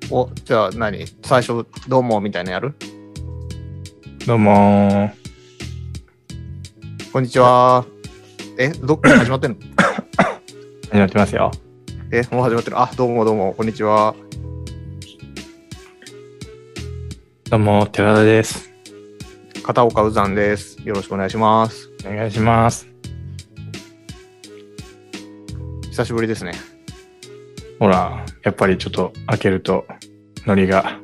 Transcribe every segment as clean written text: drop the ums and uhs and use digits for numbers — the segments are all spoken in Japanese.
じゃあ最初どうもみたいなやる？ どうもこんにちは。どっか始まってんの？ 始まってますよ。 もう始まってる。どうも、こんにちは。 どうも、寺田です。 片岡うざんです。よろしくお願いします。 お願いします。 久しぶりですね。 ほら、やっぱりちょっと開けるとノリが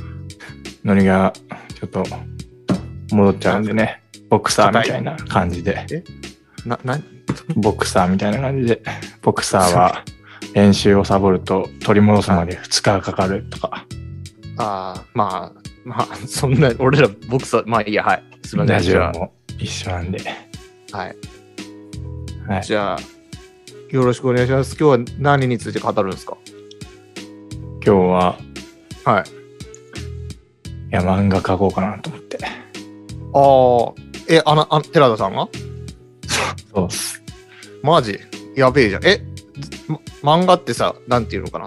ちょっと戻っちゃうんでね。ボクサーみたいな感じで。ボクサーみたいな感じで。ボクサーは練習をサボると取り戻すまで2日かかるとか。 まあ、そんな、俺らボクサー、まあいいや、はい。すみません。 ラジオも一緒なんで。 はい。 はい。 じゃあ、よろしくお願いします。今日は何について語るんですか？ 今日は、 はい。 いや、漫画描こうかなと思って。 寺田さんが？ そうっす。 マジやべえじゃん。漫画ってさ、なんていうのかな、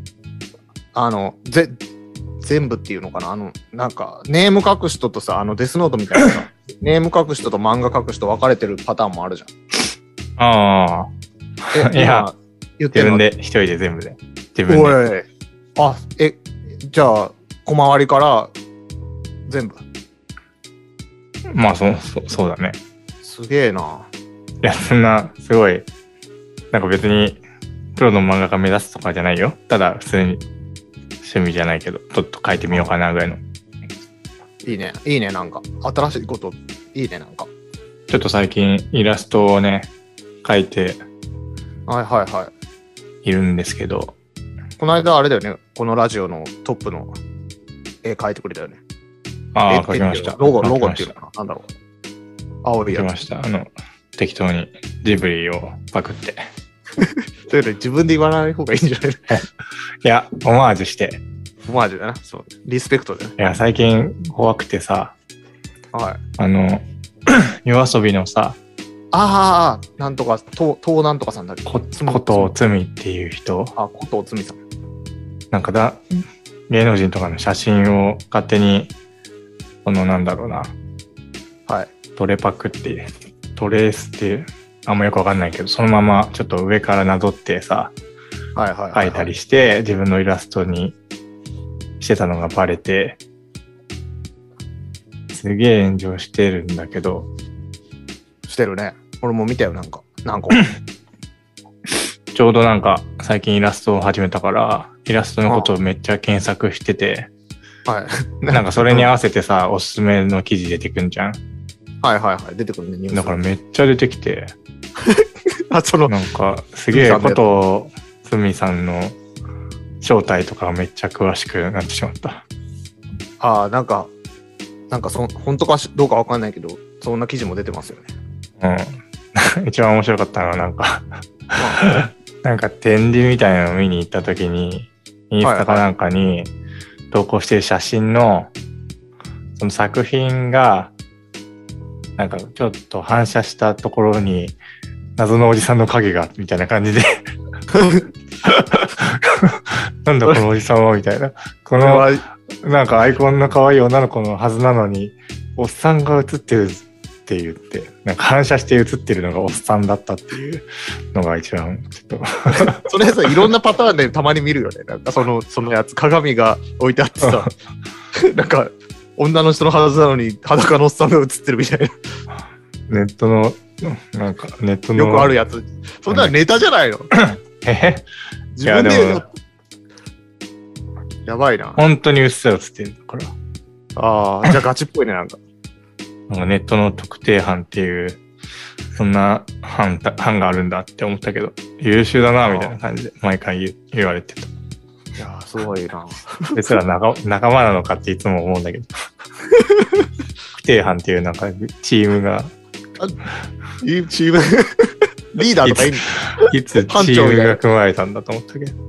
全部っていうのかな、なんか、ネーム書く人とさ、デスノートみたいなさ、ネーム書く人と漫画書く人分かれてるパターンもあるじゃん。いや、 自分で一人で全部で。自分で。 じゃあ、小回りから全部。 まあ、そうだね。 すげえな。 いや、そんな、すごい、なんか別に、プロの漫画家目指すとかじゃないよ。ただ、普通に、趣味じゃないけど、ちょっと書いてみようかなぐらいの。 いいね、なんか。新しいこと、いいね、なんか。 ちょっと最近、イラストをね、書いて、いるんですけど。 この間、あれだよね、このラジオのトップの絵描いてくれたよね。 書きました。 ロゴっていうのかな、なんだろう。青いやつ。 書きました。適当にジブリをパクって。 というより自分で言わない方がいいんじゃない？ いや、オマージュして。 オマージュだな。そう。リスペクトだよ。 いや、最近怖くてさ。 はい。 夜遊びのさ。 なんとか、東なんとかさんだっけ？ 古藤つみっていう人。 古藤つみさん。 なんか芸能人とかの写真を勝手に、なんだろうな。 はい。 トレースっていう、あんまよくわかんないけど、そのままちょっと上からなぞってさ、描いたりして、自分のイラストにしてたのがバレて、すげえ炎上してるんだけど。 してるね。俺も見たよ、なんか。何個ちょうどなんか、最近イラストを始めたから、イラストのことをめっちゃ検索してて、 はい。 なんかそれに合わせてさ、おすすめの記事出てくんじゃん。 出てくるね、ニュース。 だからめっちゃ出てきて、なんかすげえことつみさんの正体とかがめっちゃ詳しくなってしまった。 なんか本当かどうかわかんないけど、そんな記事も出てますよね。 一番面白かったのはなんかなんか展示みたいなのを見に行った時に、インスタかなんかに投稿してる写真のその作品がなんかちょっと反射したところに謎のおじさんの影がみたいな感じでなんだこのおじさんはみたいな、このなんかアイコンの可愛い女の子のはずなのにおっさんが写ってるって言って、なんか反射して写ってるのがおっさんだったっていうのが一番ちょっとそれさ、いろんなパターンでたまに見るよね。なんかそのやつ、鏡が置いてあってさなんか女の人のはずなのに裸のおっさんが写ってるみたいな。 ネットのなんかネットのよくあるやつ。そんなネタじゃないの？自分でやばいな。 本当にうっすら写ってるから。 じゃあガチっぽいね、なんかネットの特定班っていうそんな班があるんだって思ったけど、優秀だなみたいな感じで毎回言われてた。 いやすごいな。 別ら仲間なのかっていつも思うんだけど特定班っていうなんかチームがチームリーダーとかいつチームが組まれたんだと思ったけど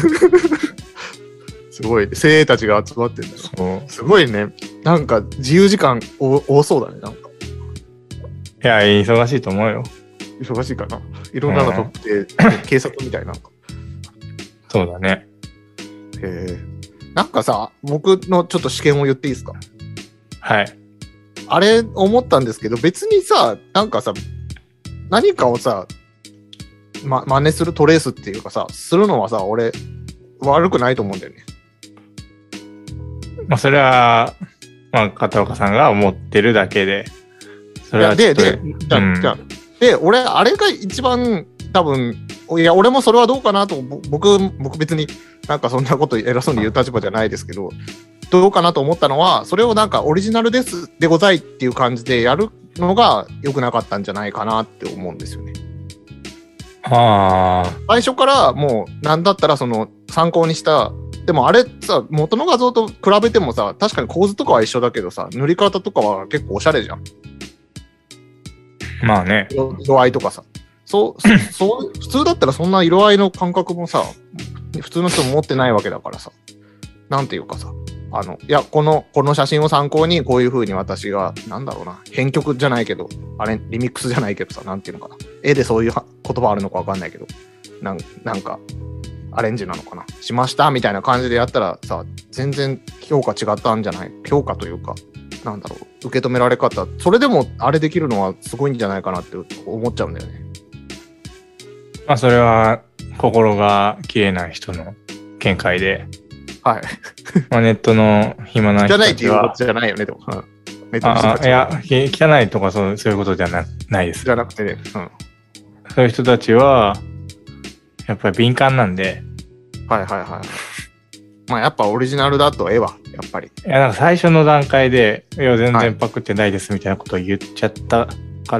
すごい、ね、精鋭たちが集まってんだよ。すごいね。なんか自由時間多そうだね。なんかいや忙しいと思うよ。 忙しいかな。いろんなの特定、警察みたいな。 そうだね。 なんかさ、僕のちょっと試験を言っていいですか？ はい。 あれ思ったんですけど、別にさ、なんかさ、何かをさ、真似するトレースっていうかさ、するのはさ、俺、悪くないと思うんだよね。 まあ、それは、まあ、片岡さんが思ってるだけで、それはちょっとで、俺、あれが一番、多分、いや、俺もそれはどうかなと、僕別になんかそんなこと偉そうに言う立場じゃないですけど、どうかなと思ったのは、それをなんかオリジナルでございっていう感じでやるのが良くなかったんじゃないかなって思うんですよね。最初からもうなんだったらその参考にした、でもあれさ、元の画像と比べてもさ、確かに構図とかは一緒だけどさ、塗り方とかは結構おしゃれじゃん。 まあね。 色合いとかさ。普通だったらそんな色合いの感覚もさ、普通の人も持ってないわけだからさ、なんていうかさ、いや、この写真を参考にこういう風に私が、なんだろうな、編曲じゃないけど、リミックスじゃないけどさ、なんていうのかな。絵でそういう言葉あるのかわかんないけど、なんか、アレンジなのかな。しましたみたいな感じでやったらさ、全然評価違ったんじゃない？評価というか、なんだろう、受け止められ方、それでもあれできるのはすごいんじゃないかなって思っちゃうんだよね。 まあ、それは心が綺麗な人の見解で、 はい。 まあ、ネットの暇な人たちは。汚いっていうことじゃないよね、でも。 いや、汚いとかそういうことじゃないです。 じゃなくてね。 そういう人たちは、やっぱり敏感なんで。 はい。まあやっぱオリジナルだと絵は、やっぱり。 いや、なんか最初の段階で、いや、全然パクってないですみたいなことを言っちゃったから、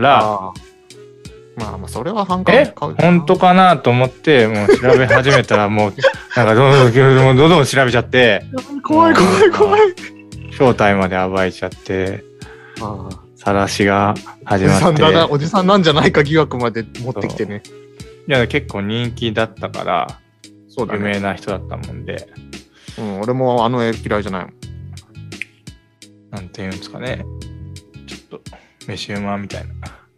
まあそれは反感買う。 本当かなと思って、もう調べ始めたら、もう、なんかどんどん調べちゃって、 怖い。 正体まで暴いちゃって、晒しが始まって。 おじさんなんじゃないか疑惑まで持ってきてね。 いや、結構人気だったから、 そうだね、 有名な人だったもんで。 俺もあの絵嫌いじゃないもん。 なんていうんですかね。ちょっと、飯馬みたいな。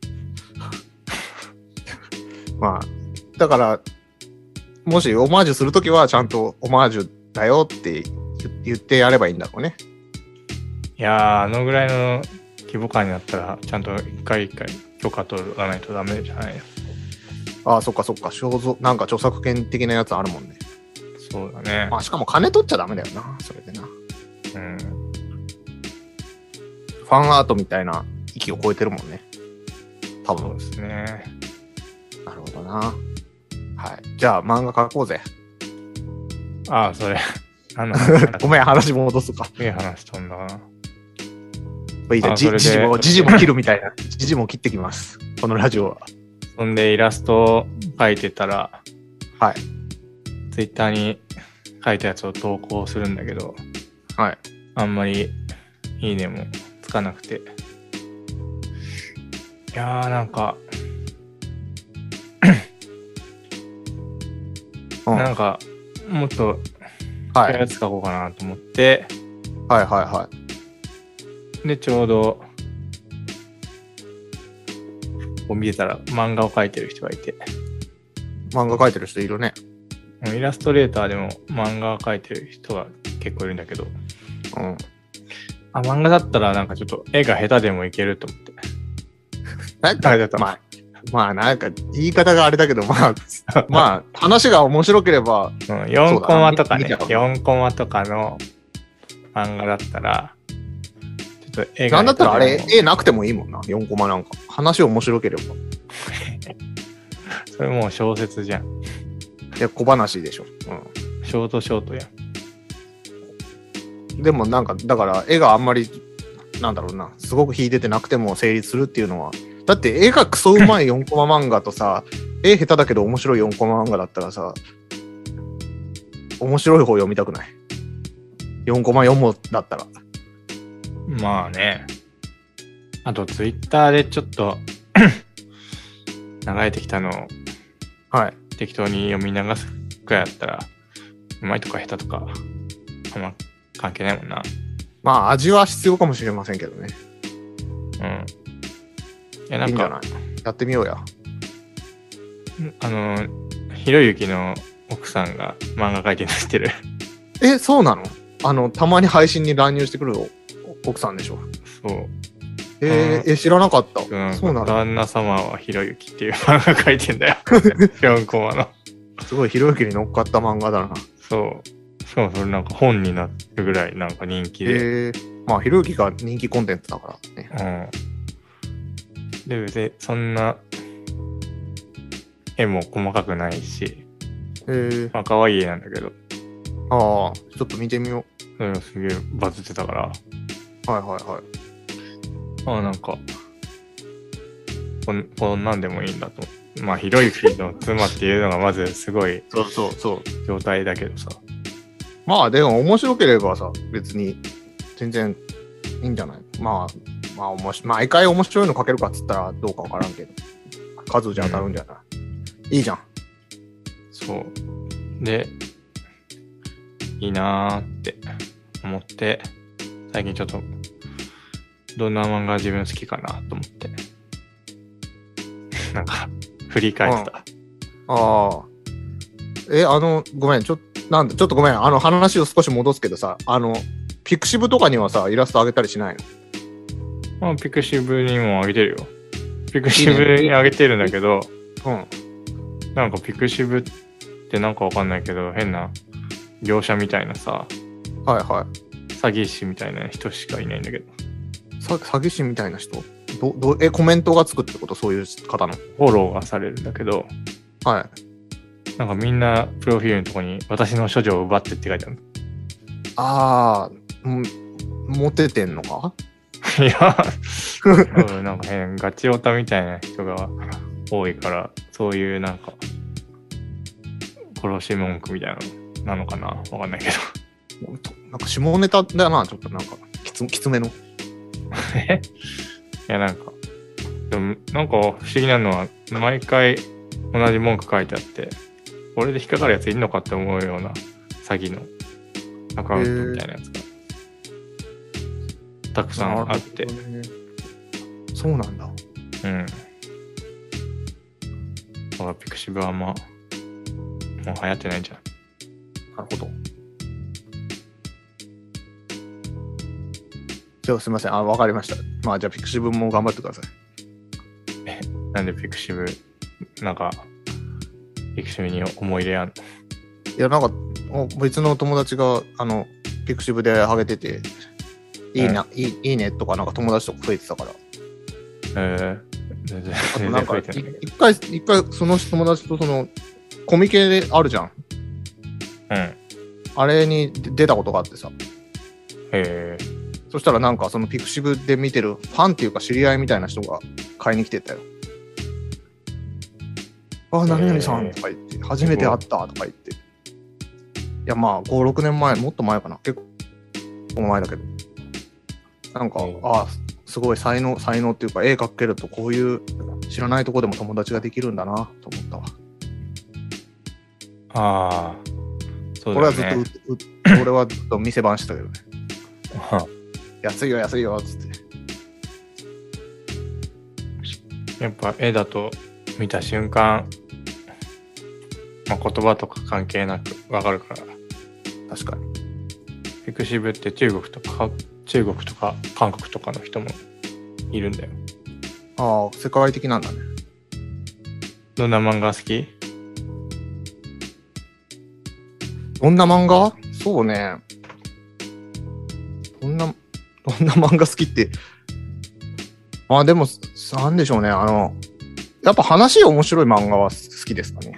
まあ、だから、もしオマージュするときはちゃんとオマージュだよって言ってやればいいんだろうね。 いやー、あのぐらいの規模感になったら、ちゃんと一回許可取らないとダメじゃないよ。 ああ、そっか。なんか著作権的なやつあるもんね。 そうだね。 まあ、しかも金取っちゃダメだよな、それでな。ファンアートみたいな域を超えてるもんね。多分。 そうですね。 なるほどな。はい。じゃあ、漫画描こうぜ。 ああ、それ。 ごめん、話戻すか。 いい話飛んだな。 いいじゃん。時事も切るみたいな。時事も切ってきます。このラジオは。 そんでイラスト描いてたら、 はい。 ツイッターに描いたやつを投稿するんだけど、 はい。 あんまりいいねもつかなくて。いやーなんか、なんか、もっと、やつ描こうかなと思って、 はい。 で、ちょうど、こう見てたら漫画を描いてる人がいて。 漫画描いてる人いるね。 イラストレーターでも漫画を描いてる人が結構いるんだけど、漫画だったらなんかちょっと絵が下手でもいけると思って。 まあなんか言い方があれだけど、まあ話が面白ければ、 4コマとかね、4コマとかの漫画だったら、ちょっと絵がなんだったらあれ絵なくてもいいもんな、4コマなんか。話面白ければ。 それもう小説じゃん。 いや、小話でしょ。 ショートやん。でもなんか、だから絵があんまり、なんだろうな、すごく秀でてなくても成立するっていうのは、だって絵がクソうまい4コマ漫画とさ、絵下手だけど面白い4コマ漫画だったらさ、面白い方読みたくない？ 4 コマ読むだったら。 まあね。あとツイッターでちょっと流れてきたのを、適当に読み流すくらいだったら、うまいとか下手とか、あんま関係ないもんな。 まあ味は必要かもしれませんけどね。 いや、なんか、いいんじゃない？ やってみようや。 ひろゆきの奥さんが漫画描いてるの知ってる？ そうなの？ たまに配信に乱入してくる奥さんでしょ。 そう。 知らなかった。 そうなんだ。旦那様はひろゆきっていう漫画書いてんだよ。4コマの。 すごいひろゆきに乗っかった漫画だな。 そう。しかもそれなんか本になるぐらいなんか人気で。 まあひろゆきが人気コンテンツだからね。 で、別にそんな絵も細かくないし、まあ可愛い絵なんだけど。 ああ、ちょっと見てみよう。すげえバズってたから。 はいはいはい。 なんかこんなんでもいいんだと。まあひろゆきの妻っていうのがまずすごいそう状態だけどさ。 まあでも面白ければさ、別に全然いいんじゃない。まあ毎回面白いの書けるかっつったらどうかわからんけど、数じゃ当たるんじゃない、いいじゃん。 そうでいいなーって思って、最近ちょっとどんな漫画自分好きかなと思ってなんか振り返ってた。 ごめん、ちょっとごめん、話を少し戻すけどさ、ピクシブとかにはさイラストあげたりしないの？ ピクシブにもあげてるよ。ピクシブにあげてるんだけど、なんかピクシブってなんかわかんないけど変な業者みたいなさ、詐欺師みたいな人しかいないんだけど。 詐欺師みたいな人？コメントがつくってこと？そういう方のフォローがされるんだけど、なんかみんなプロフィールのとこに私の処女を奪ってって書いてある。 モテてんのか？ いやなんかガチオタみたいな人が多いから、そういうなんか殺し文句みたいなのかな、わかんないけど。 なんか下ネタだな、ちょっとなんかきつめの。 いやなんかでもなんか不思議なのは毎回同じ文句書いてあって、これで引っかかるやついんのかって思うような詐欺のアカウントみたいなやつがたくさんあって、 そうなんだ。 だからピクシブはもう流行ってないんじゃん。 なるほど。じゃあすみません、わかりました。まあじゃあピクシブも頑張ってください。 なんでピクシブなんかピクシブに思い入れあんの？ いやなんか別の友達がピクシブで上げてていいねとかなんか友達とか増えてたから。 全然なんか一回その友達とそのコミケであるじゃん。あれに出たことがあってさ。そしたらなんかそのピクシブで見てるファンっていうか知り合いみたいな人が買いに来てたよ。何々さんとか言って初めて会ったとか言って。いやまあ5、6年前もっと前かな、結構前だけど。なんかすごい才能っていうか絵描けるとこういう知らないとこでも友達ができるんだなと思ったわ。 そうだね。 俺はずっと店番してたけどね。安いよっつって。 やっぱ絵だと見た瞬間、言葉とか関係なくわかるから。 確かに。 ピクシブって中国とか韓国とかの人もいるんだよ。 世界的なんだね。 どんな漫画好き？ どんな漫画？そうね。どんな漫画好きって。でも、なんでしょうね。やっぱ話面白い漫画は好きですかね。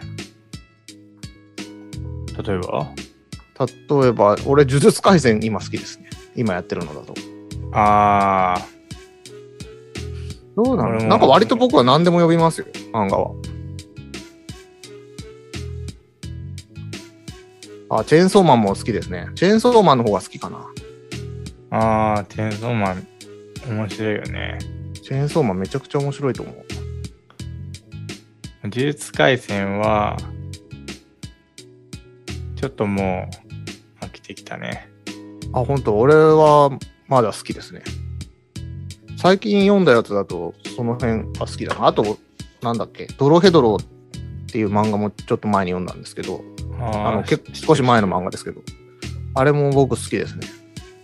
例えば、俺、呪術廻戦今好きですね。今やってるのだと。どうなの？なんか割と僕は何でも読みますよ、漫画は。チェーンソーマンも好きですね。チェーンソーマンの方が好きかな。 チェーンソーマン面白いよね。 チェーンソーマンめちゃくちゃ面白いと思う。 呪術廻戦はちょっともう飽きてきたね。 本当？俺はまだ好きですね。最近読んだやつだとその辺が好きだな。あとなんだっけ、ドロヘドロっていう漫画もちょっと前に読んだんですけど、少し前の漫画ですけど、 あれも僕好きですね。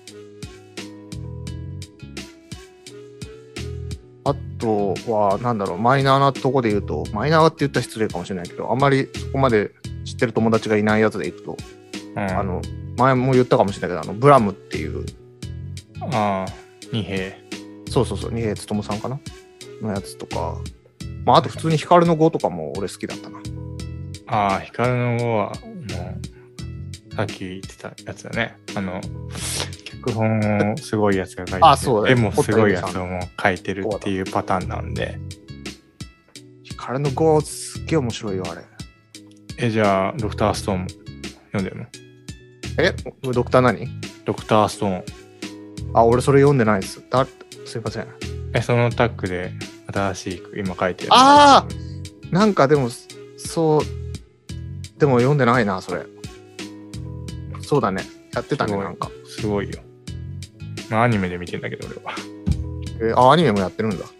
あとは、なんだろう、マイナーなとこで言うと、マイナーって言ったら失礼かもしれないけど、あんまりそこまで知ってる友達がいないやつでいくと、前も言ったかもしれないけど、ブラムっていう。 ああ、二平。 そう、二平勉さんかなのやつとか、まあ、あと普通にヒカルの語とかも俺好きだったな。 ああ、ヒカルの語は、もう、さっき言ってたやつだね。脚本をすごいやつが書いてあ、そうだ絵もすごいやつをもう書いてるっていうパターンなんで。 ヒカルの語すっげえ面白いよ、あれ。 じゃあ、ドクターストーン読んでるの？ ドクター何？ ドクターストーン。 あ、俺それ読んでないです。すいません。 そのタッグで新しい今書いてる。 ああ、なんかでも、そう、でも読んでないな、それ。そうだね。やってたね、なんか。 すごいよ。まあ、アニメで見てんだけど、俺は。アニメもやってるんだ。うん。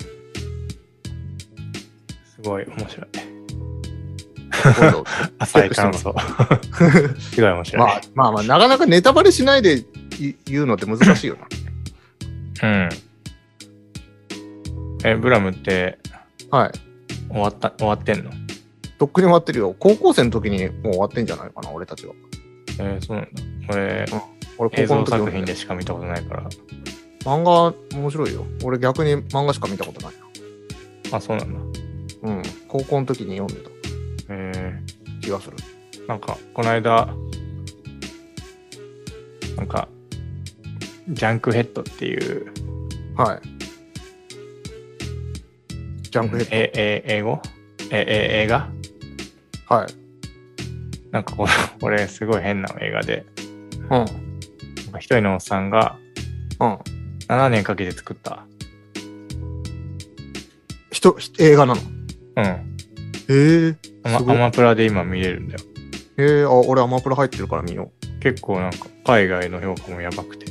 すごい面白い。浅い感想。すごい面白い。 まあ、なかなかネタバレしないで言うのって難しいよな。うん。ブラムって、 はい。 終わってんの？ とっくに終わってるよ。高校生の時にもう終わってんじゃないかな、俺たちは。 そうなんだ。俺映像作品でしか見たことないから。 漫画面白いよ。俺逆に漫画しか見たことないな。あ、そうなんだ。 うん。高校の時に読んでた。気がする。 なんか、この間、なんか、ジャンクヘッドっていう。 はい。ジャンクヘッド。 映画はい。 なんかこれすごい変な映画で。 うん。 なんか一人のおっさんが、7年かけて作った。 映画なの？ うん。アマプラで今見れるんだよ。 俺アマプラ入ってるから見よう。結構なんか海外の評価もやばくて。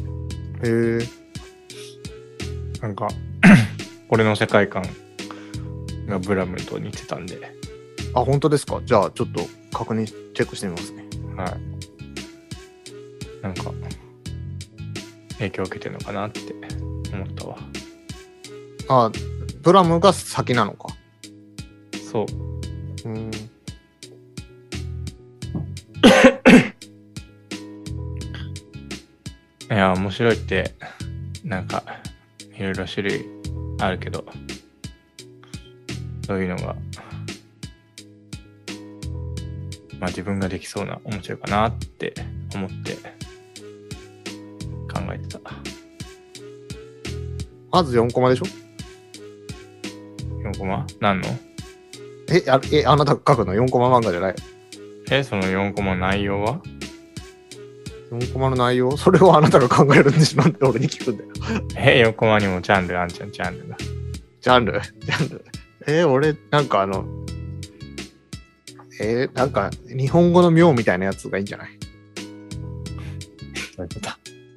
なんかこれの世界観がブラムと似てたんで。 あ、本当ですか？じゃあちょっと確認チェックしてみますね。 はい。なんか影響を受けてるのかなって思ったわ。 あ、ブラムが先なのか。 そう。いや、面白いってなんかいろいろ種類あるけど、そういうのがまあ自分ができそうな面白いかなって思って考えてた。 まず4コマでしょ？ 4コマ？何の？ あなたが書くの4コマ漫画じゃない？ その4コマの内容は ？4コマの内容？それをあなたが考えるんでしょ？なんで俺に聞くんだよ。 4コマにもジャンルあんじゃん、ジャンルが。 ジャンル俺、なんかなんか日本語の妙みたいなやつがいいんじゃない？ そういうこと。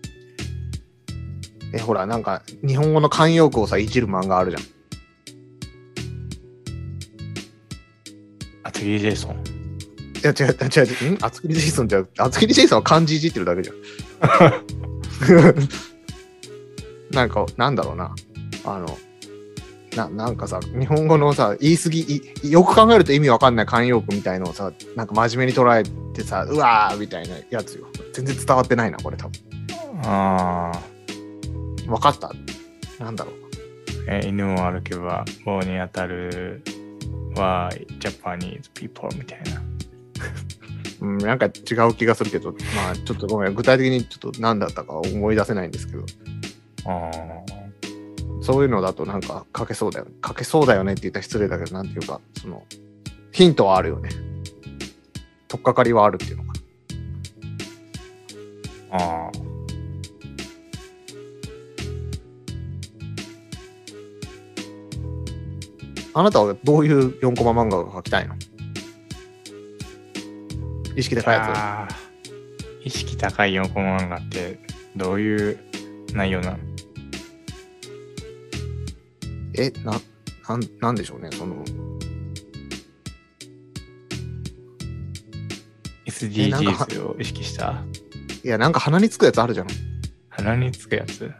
ほら、なんか日本語の慣用句をさ、いじる漫画あるじゃん。 厚切りジェイソン。 いや、違う。厚切りジェイソンじゃ、厚切りジェイソンは漢字いじってるだけじゃん。なんか、なんだろうな。なんかさ、日本語のさ、言い過ぎ、よく考えると意味わかんない慣用句みたいのをさ、なんか真面目に捉えてさ、うわーみたいなやつよ。全然伝わってないな、これ多分。 ああ。 わかった？なんだろう。犬を歩けば棒に当たるはジャパニーズピーポーみたいな。 なんか違う気がするけど、まあちょっとごめん、具体的にちょっと何だったか思い出せないんですけど。そういうのだとなんか書けそうだよねって言ったら失礼だけど、なんていうか、そのヒントはあるよね。取っかかりはあるっていうのかな。あなたはどういう4コマ漫画が描きたいの？意識高いやつ？意識高い4コマ漫画ってどういう内容なの？ なんでしょうね、その。 SDGs を意識した？ いや、なんか鼻につくやつあるじゃん。 鼻につくやつ。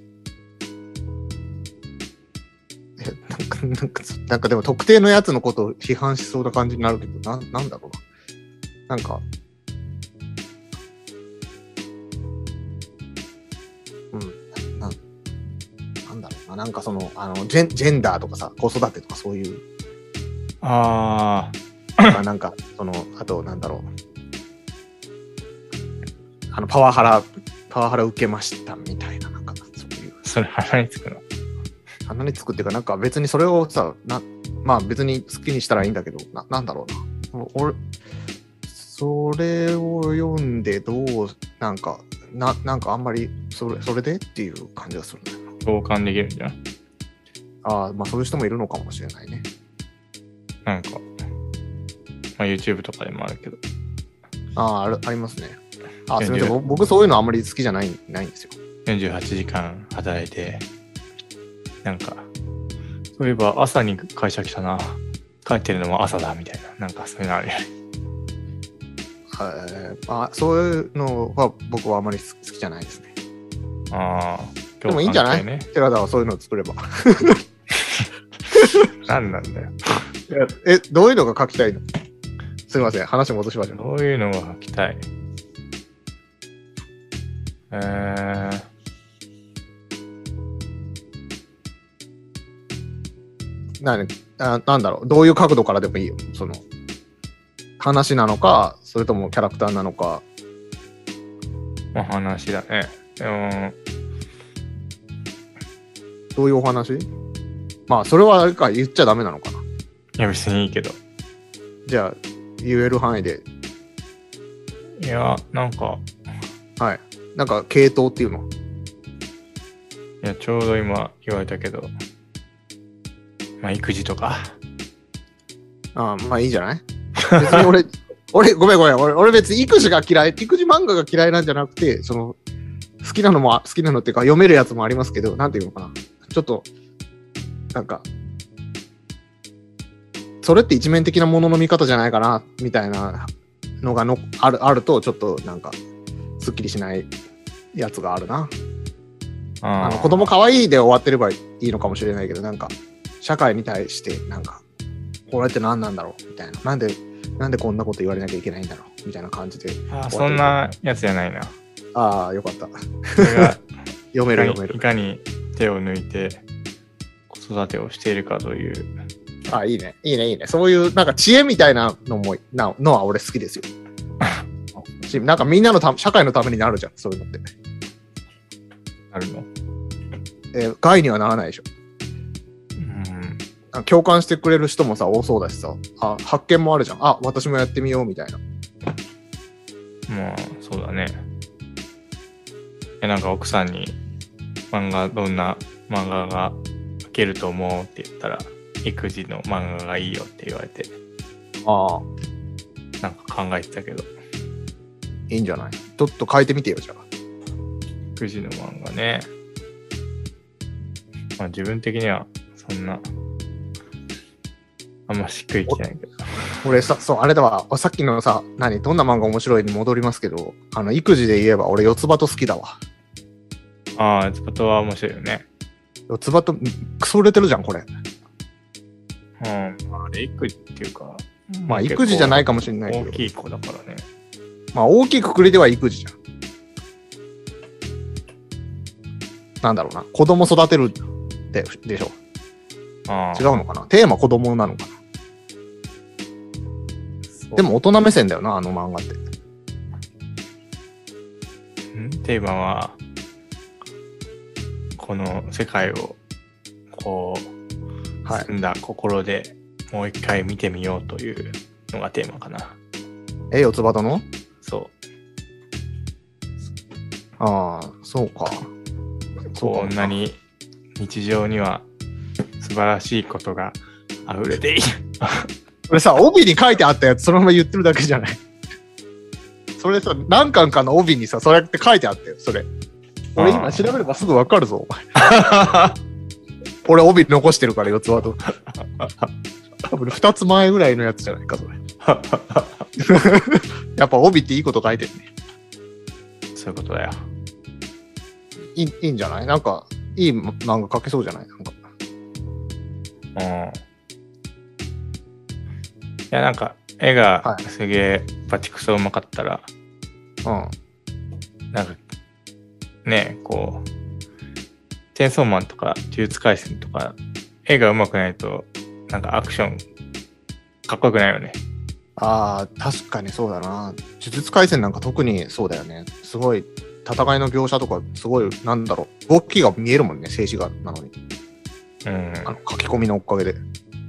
なんかでも特定のやつのことを批判しそうな感じになるけど、なんだろうな。なんか、なんだろうな。なんかその、ジェンダーとかさ、子育てとかそういう。 あなんか、その、あと、なんだろう。パワハラ受けましたみたいな、なんか、そういう。 それ鼻につくの？ 鼻につくっていうか、なんか別にそれをさ、まあ別に好きにしたらいいんだけど、なんだろうな。俺、それを読んでなんかあんまりそれでっていう感じがするんだよな。 共感できるんじゃん。 ああ、まあそういう人もいるのかもしれないね。 なんか、まあ YouTube とかでもあるけど。 ありますね。あ、すみません。僕そういうのあんまり好きじゃないんですよ。 48時間働いて、なんか、そういえば朝に会社来たな。帰ってるのも朝だみたいな。なんかそういうのあるよね。 そういうのは僕はあまり好きじゃないですね。 ああ、 でもいいんじゃない？寺田はそういうのを作れば。 何なんだよ。 どういうのが書きたいの？すみません、話戻しましょう。 どういうのが書きたい？ なんだろう、どういう角度からでもいいよ。その話なのか、それともキャラクターなのか。 お話だね。 どういうお話？まあそれはあれか、言っちゃダメなのかな。 いや別にいいけど。 じゃあ言える範囲で。 いやなんかなんか系統っていうの？ いやちょうど今言われたけど、まあ育児とか。 まあいいんじゃない？別に俺ごめん俺別に育児漫画が嫌いなんじゃなくて、その好きなのっていうか読めるやつもありますけど、なんていうのかな、ちょっとなんかそれって一面的なものの見方じゃないかなみたいなのがあるとちょっとなんかすっきりしないやつがあるな。子供可愛いで終わってればいいのかもしれないけど、なんか社会に対してなんかこれって何なんだろうみたいな、なんでこんなこと言われなきゃいけないんだろうみたいな感じで。 そんなやつじゃないな。 よかった。 それが読める。 いかに手を抜いて子育てをしているかという。 いいね。そういうなんか知恵みたいなのは俺好きですよ。なんかみんなの社会のためになるじゃん、そういうのって。 あるの？ 害にはならないでしょ。共感してくれる人もさ多そうだしさ、発見もあるじゃん。私もやってみようみたいな。 まあそうだね。なんか奥さんにどんな漫画が描けると思うって言ったら、育児の漫画がいいよって言われて、なんか考えてたけど。 いいんじゃない？ちょっと変えてみてよ、じゃあ。 育児の漫画ね。まあ自分的にはそんなあんましっくりきてないけど。 俺そうあれだわ、さっきのさ、どんな漫画面白いに戻りますけど、育児で言えば俺四つ葉と好きだわ。 四つ葉とは面白いよね。 四つ葉とクソ売れてるじゃんこれ。 あれ育児っていうか、 まあ育児じゃないかもしれないけど、 大きい子だからね。 まあ大きいくくりでは育児じゃん。なんだろうな、子供育てるでしょ。違うのかな、テーマ子供なのかな。でも大人目線だよな、漫画って。 テーマはこの世界をこう澄んだ心でもう一回見てみようというのがテーマかな。 四つ葉との？ そう。 そうか。 こんなに日常には素晴らしいことが溢れている。 これさ、帯に書いてあったやつそのまま言ってるだけじゃない？それさ、何巻かの帯にさ、そうやって書いてあったよ、それ。俺今調べればすぐ分かるぞ、お前。俺帯残してるから、四つ葉と。多分2つ前ぐらいのやつじゃないか、それ。やっぱ帯っていいこと書いてるね。 そういうことだよ。 いいんじゃない？なんかいい漫画描けそうじゃない？なんか。 うん。いや、なんか絵がすげえバチクソうまかったら、なんかね、こうチェーンソーマンとか呪術廻戦とか絵がうまくないとなんかアクションかっこよくないよね。 ああ、確かにそうだな。呪術廻戦なんか特にそうだよね。すごい戦いの描写とかすごい、なんだろう、動きが見えるもんね、静止画なのに。書き込みのおかげで。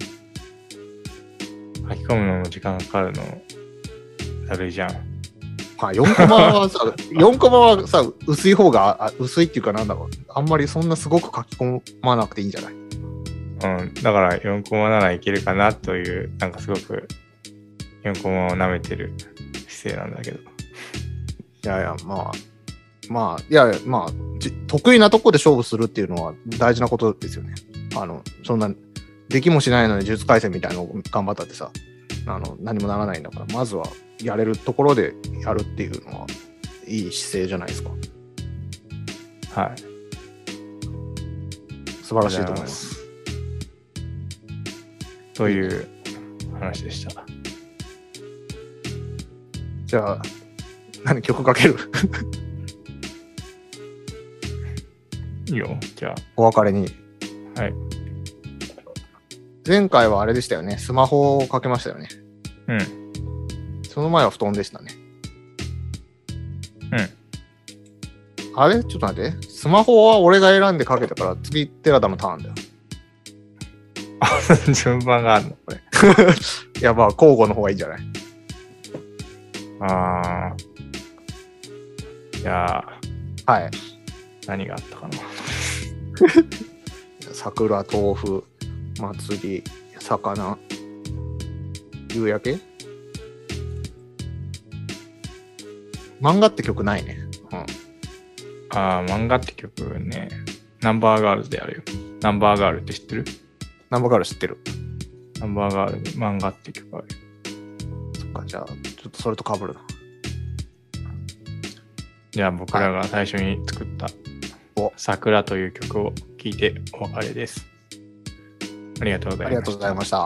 書き込むのも時間かかるのだるいじゃん。 まあ4コマはさ、4コマはさ、薄い方が、薄いっていうかなんだろう、あんまりそんなすごく書き込まなくていいんじゃない？ だから4コマならいけるかなという、なんかすごく4コマを舐めてる姿勢なんだけど。 いやいや、得意なとこで勝負するっていうのは大事なことですよね。そんな、できもしないのに呪術廻戦みたいなのを頑張ったってさ、何もならないんだから、まずはやれるところでやるっていうのはいい姿勢じゃないですか。 はい。 素晴らしいと思います。 という話でした。 じゃあ、何曲かける？ いいよ、じゃあ。 お別れに。 はい。 前回はあれでしたよね。スマホをかけましたよね。 うん。 その前は布団でしたね。 うん。 あれちょっと待って。スマホは俺が選んでかけたから、次、寺田のターンだよ。 順番があるのこれ。 いや、まあ、交互の方がいいんじゃない？ じゃあ。はい。 何があったかな。 桜、豆腐、祭り、魚、夕焼け？漫画って曲ないね。 漫画って曲ね。ナンバーガールズであるよ。ナンバーガールって知ってる？ ナンバーガール知ってる。 ナンバーガールで漫画って曲あるよ。 そっか、じゃあ、ちょっとそれと被るな。 じゃあ僕らが最初に作った桜という曲を聴いてお別れです。ありがとうございました。 ありがとうございました。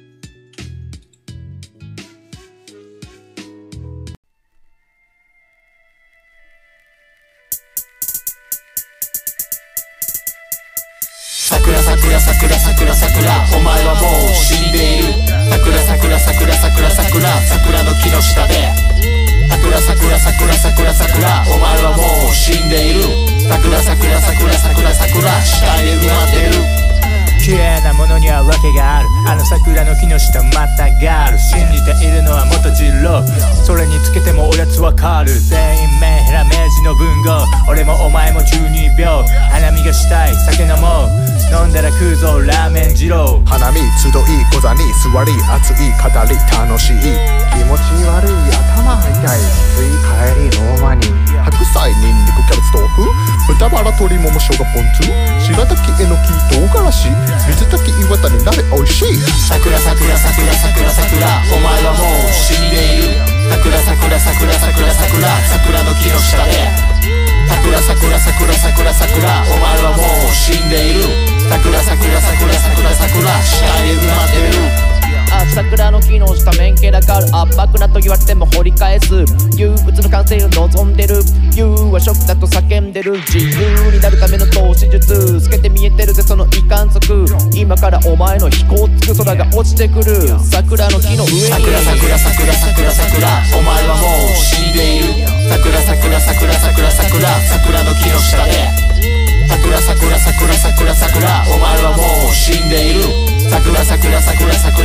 桜桜桜桜桜お前はもう死んでいる。桜桜桜桜桜桜の木の下で桜桜桜桜桜お前はもう死んでいる。桜桜桜桜桜視界で埋まってる。綺麗なものには訳がある。あの桜の木の下またがる。信じているのは元次郎。それにつけてもおやつわかる。全員メンヘラ明治の文豪。俺もお前も12秒。花見がしたい酒飲もう。飲んだら食うぞラーメン二郎。 花見集い小座に座り熱い語り楽しい。気持ち悪い頭痛いつい帰りの間に白菜ニンニクキャベツ豆腐豚バラ鶏もも生姜ポン酢白滝えのき唐辛子水炊き岩谷鍋おいしい。 桜桜桜桜桜お前はもう死んでいる。桜桜桜桜桜桜の木の下で桜桜桜桜桜お前はもう死んでいる。桜桜桜桜桜視界で埋まってる。桜の木の下面気らがる圧迫なと言われても掘り返す憂鬱の完成を望んでる。憂はショックだと叫んでる。自由になるための投資術透けて見えてるぜその遺憾則。今からお前の飛行つく空が落ちてくる。桜の木の上に桜桜桜桜桜お前はもう死んでいる。桜桜桜桜桜桜の木の下で桜桜桜桜桜お前はもう死んでいる。桜桜桜桜